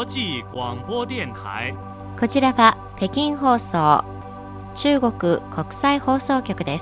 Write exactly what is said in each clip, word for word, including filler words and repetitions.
際广播電台。 こちらは北京放送、中国国際放送局です。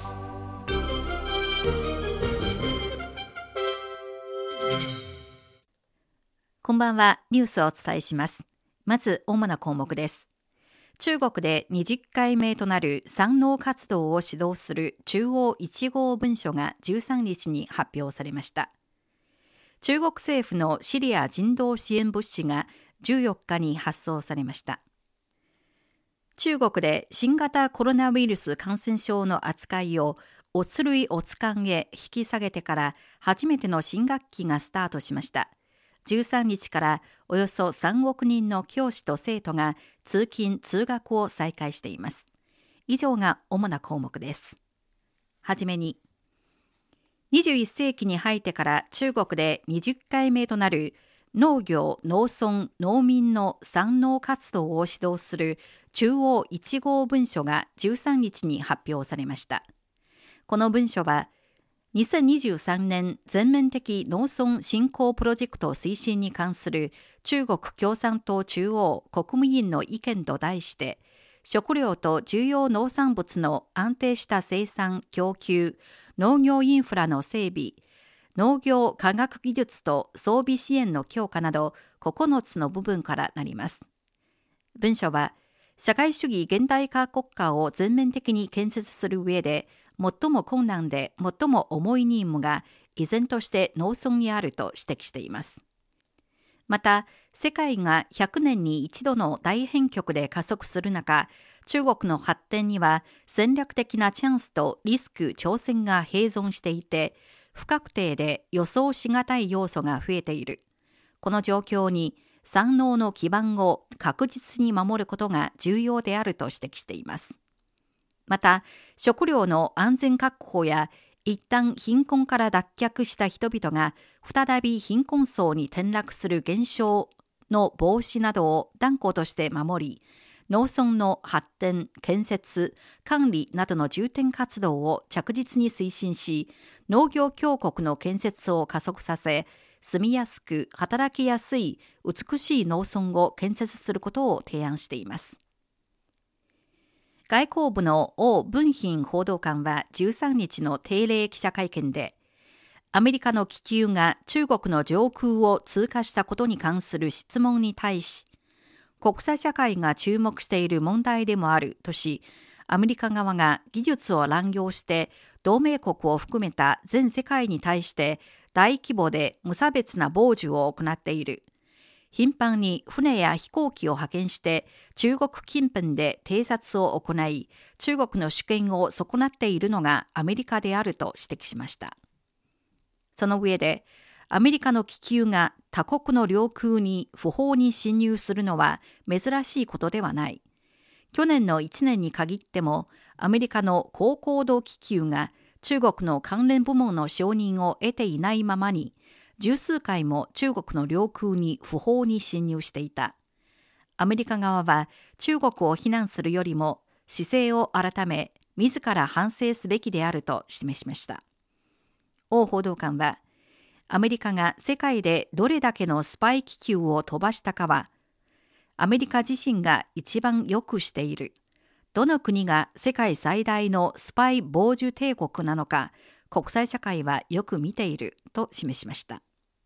こんばんは。ニュースをお伝えします。まず主な項目です。中国でにじゅっかいめとなる三農活動を指導する中央いち号文書がじゅうさんにちに発表されました。中国政府のシリア人道支援物資がじゅうよっかに発送されました。中国で新型コロナウイルス感染症の扱いをおつ類おつかんへ引き下げてから初めての新学期がスタートしました。じゅうさんにちからおよそさんおくにんの教師と生徒が通勤・通学を再開しています。以上が主な項目です。はじめに、にじゅういっせいきに入ってから中国でにじゅっかいめとなる農業・農村・農民の三農活動を指導する中央いち号文書がじゅうさんにちに発表されました。この文書は、にせんにじゅうさんねん全面的農村振興プロジェクト推進に関する中国共産党中央国務委員の意見と題して、食料と重要農産物の安定した生産・供給、農業インフラの整備、農業科学技術と装備支援の強化などここのつの部分からなります。文書は、社会主義現代化国家を全面的に建設する上で、最も困難で最も重い任務が依然として農村にあると指摘しています。また、世界がひゃくねんに一度の大変局で加速する中、中国の発展には戦略的なチャンスとリスク・挑戦が併存していて、不確定で予想しがたい要素が増えている。この状況に産農の基盤を確実に守ることが重要であると指摘しています。また、食料の安全確保や一旦貧困から脱却した人々が再び貧困層に転落する現象の防止などを断固として守り、農村の発展、建設、管理などの重点活動を着実に推進し、農業強国の建設を加速させ、住みやすく働きやすい美しい農村を建設することを提案しています。外交部の王文賓報道官はじゅうさんにちの定例記者会見で、アメリカの気球が中国の上空を通過したことに関する質問に対し、国際社会が注目している問題でもあるとし、アメリカ側が技術を乱用して同盟国を含めた全世界に対して大規模で無差別な傍受を行っている。頻繁に船や飛行機を派遣して中国近辺で偵察を行い、中国の主権を損なっているのがアメリカであると指摘しました。その上で、アメリカの気球が他国の領空に不法に侵入するのは珍しいことではない。去年のいちねんに限っても、アメリカの高高度気球が中国の関連部門の承認を得ていないままに、十数回も中国の領空に不法に侵入していた。アメリカ側は中国を非難するよりも姿勢を改め、自ら反省すべきであると示しました。王報道官は、アメリカが世界でどれだけのスパイ気球を飛ばしたかは、アメリカ自身が一番よくしている。どの国が世界最大のスパイ傍受帝国なのか、国際社会はよく見ていると示しました。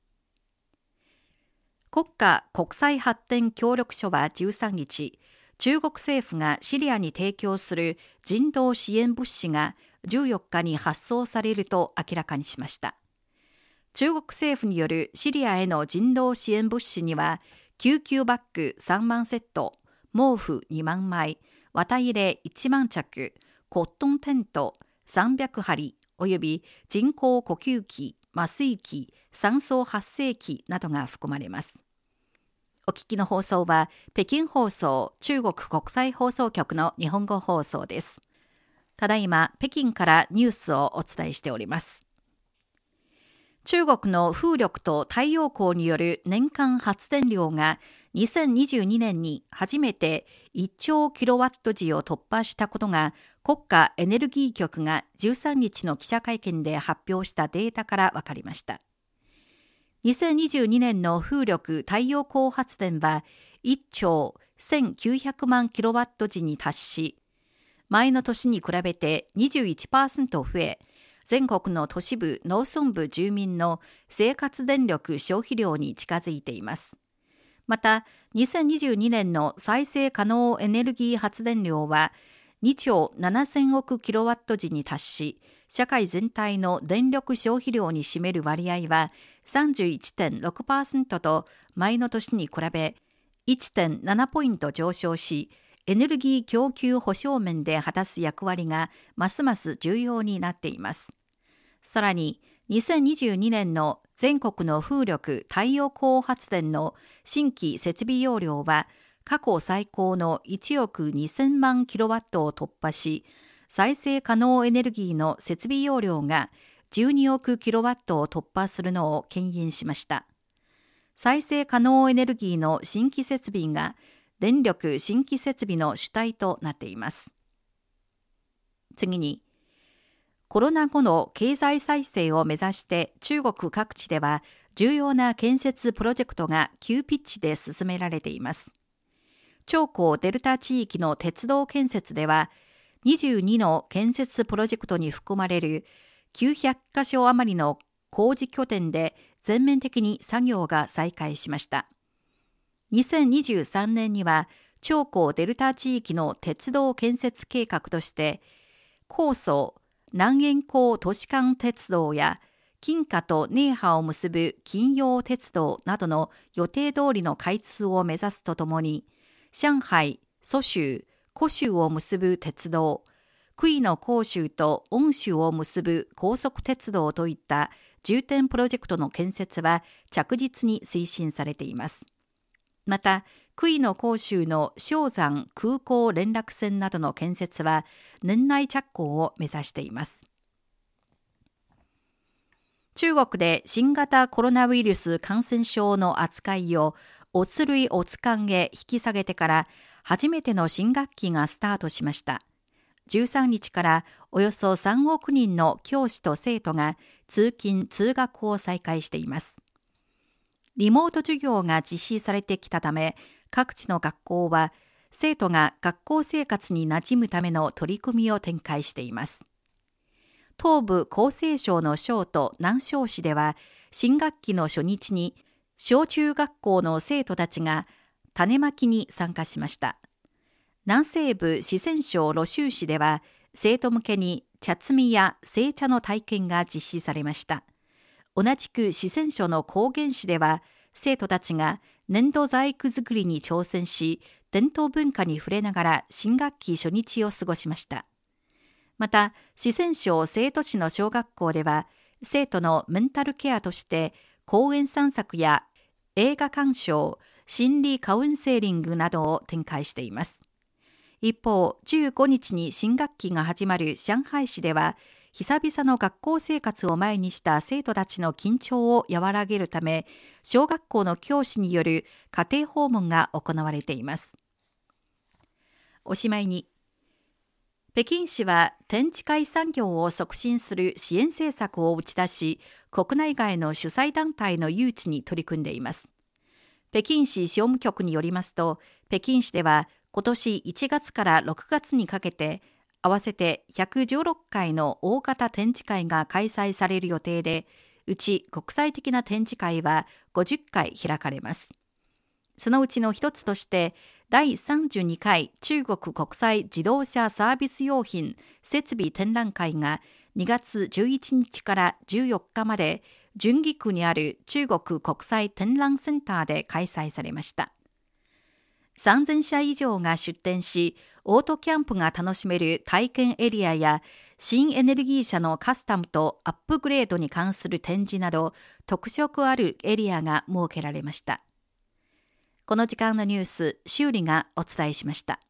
国家国際発展協力書はじゅうさんにち、中国政府がシリアに提供する人道支援物資がじゅうよっかに発送されると明らかにしました。中国政府によるシリアへの人道支援物資には、救急バッグさんまんセット、毛布にまんまい、綿入れいちまんちゃく、コットンテントさんびゃくはり、および人工呼吸器、麻酔器、酸素発生器などが含まれます。お聞きの放送は、北京放送中国国際放送局の日本語放送です。ただいま、北京からニュースをお伝えしております。中国の風力と太陽光による年間発電量がにせんにじゅうにねんに初めていっちょうキロワット時を突破したことが、国家エネルギー局がじゅうさんにちの記者会見で発表したデータから分かりました。にせんにじゅうにねんの風力・太陽光発電はいっちょうせんきゅうひゃくまんキロワット時に達し、前の年に比べて にじゅういちパーセント 増え、全国の都市部・農村部住民の生活電力消費量に近づいています。また、にせんにじゅうにねんの再生可能エネルギー発電量はにちょうななせんおくキロワット時に達し、社会全体の電力消費量に占める割合は さんじゅういってんろくパーセント と前の年に比べ いってんなな ポイント上昇し、エネルギー供給保障面で果たす役割がますます重要になっています。さらに、にせんにじゅうにねんの全国の風力・太陽光発電の新規設備容量は過去最高のいちおくにせんまんキロワットを突破し、再生可能エネルギーの設備容量がじゅうにおくキロワットを突破するのを牽引しました。再生可能エネルギーの新規設備が電力新規設備の主体となっています。次に、コロナ後の経済再生を目指して中国各地では重要な建設プロジェクトが急ピッチで進められています。長江デルタ地域の鉄道建設ではにじゅうにの建設プロジェクトに含まれるきゅうひゃくかしょ余りの工事拠点で全面的に作業が再開しました。にせんにじゅうさんねんには長江デルタ地域の鉄道建設計画として高層南延江都市間鉄道や金華と寧波を結ぶ金陽鉄道などの予定通りの開通を目指すとともに、上海、蘇州、湖州を結ぶ鉄道、杭の広州と温州を結ぶ高速鉄道といった重点プロジェクトの建設は着実に推進されています。また、杭の広州の蕭山空港連絡線などの建設は年内着工を目指しています。中国で新型コロナウイルス感染症の扱いをおつ類おつかんへ引き下げてから初めての新学期がスタートしました。じゅうさんにちからおよそさんおくにんの教師と生徒が通勤・通学を再開しています。リモート授業が実施されてきたため、各地の学校は生徒が学校生活に馴染むための取り組みを展開しています。東部厚生省の省都南昌市では、新学期の初日に小中学校の生徒たちが種まきに参加しました。南西部四川省魯州市では、生徒向けに茶摘みや製茶の体験が実施されました。同じく四川省の高原市では、生徒たちが粘土細工作りに挑戦し、伝統文化に触れながら新学期初日を過ごしました。また、四川省成都市の小学校では、生徒のメンタルケアとして公園散策や映画鑑賞、心理カウンセリングなどを展開しています。一方、じゅうごにちに新学期が始まる上海市では、久々の学校生活を前にした生徒たちの緊張を和らげるため、小学校の教師による家庭訪問が行われています。おしまいに、北京市は展示会産業を促進する支援政策を打ち出し、国内外の主催団体の誘致に取り組んでいます。北京市商務局によりますと、北京市では今年いちがつからろくがつにかけて、合わせてひゃくじゅうろっかいの大型展示会が開催される予定で、うち国際的な展示会はごじゅっかい開かれます。そのうちの一つとして、だいさんじゅうにかい中国国際自動車サービス用品設備展覧会がにがつじゅういちにちからじゅうよっかまで順義区にある中国国際展覧センターで開催されました。さんぜんしゃ以上が出展し、オートキャンプが楽しめる体験エリアや新エネルギー車のカスタムとアップグレードに関する展示など特色あるエリアが設けられました。この時間のニュース、修理がお伝えしました。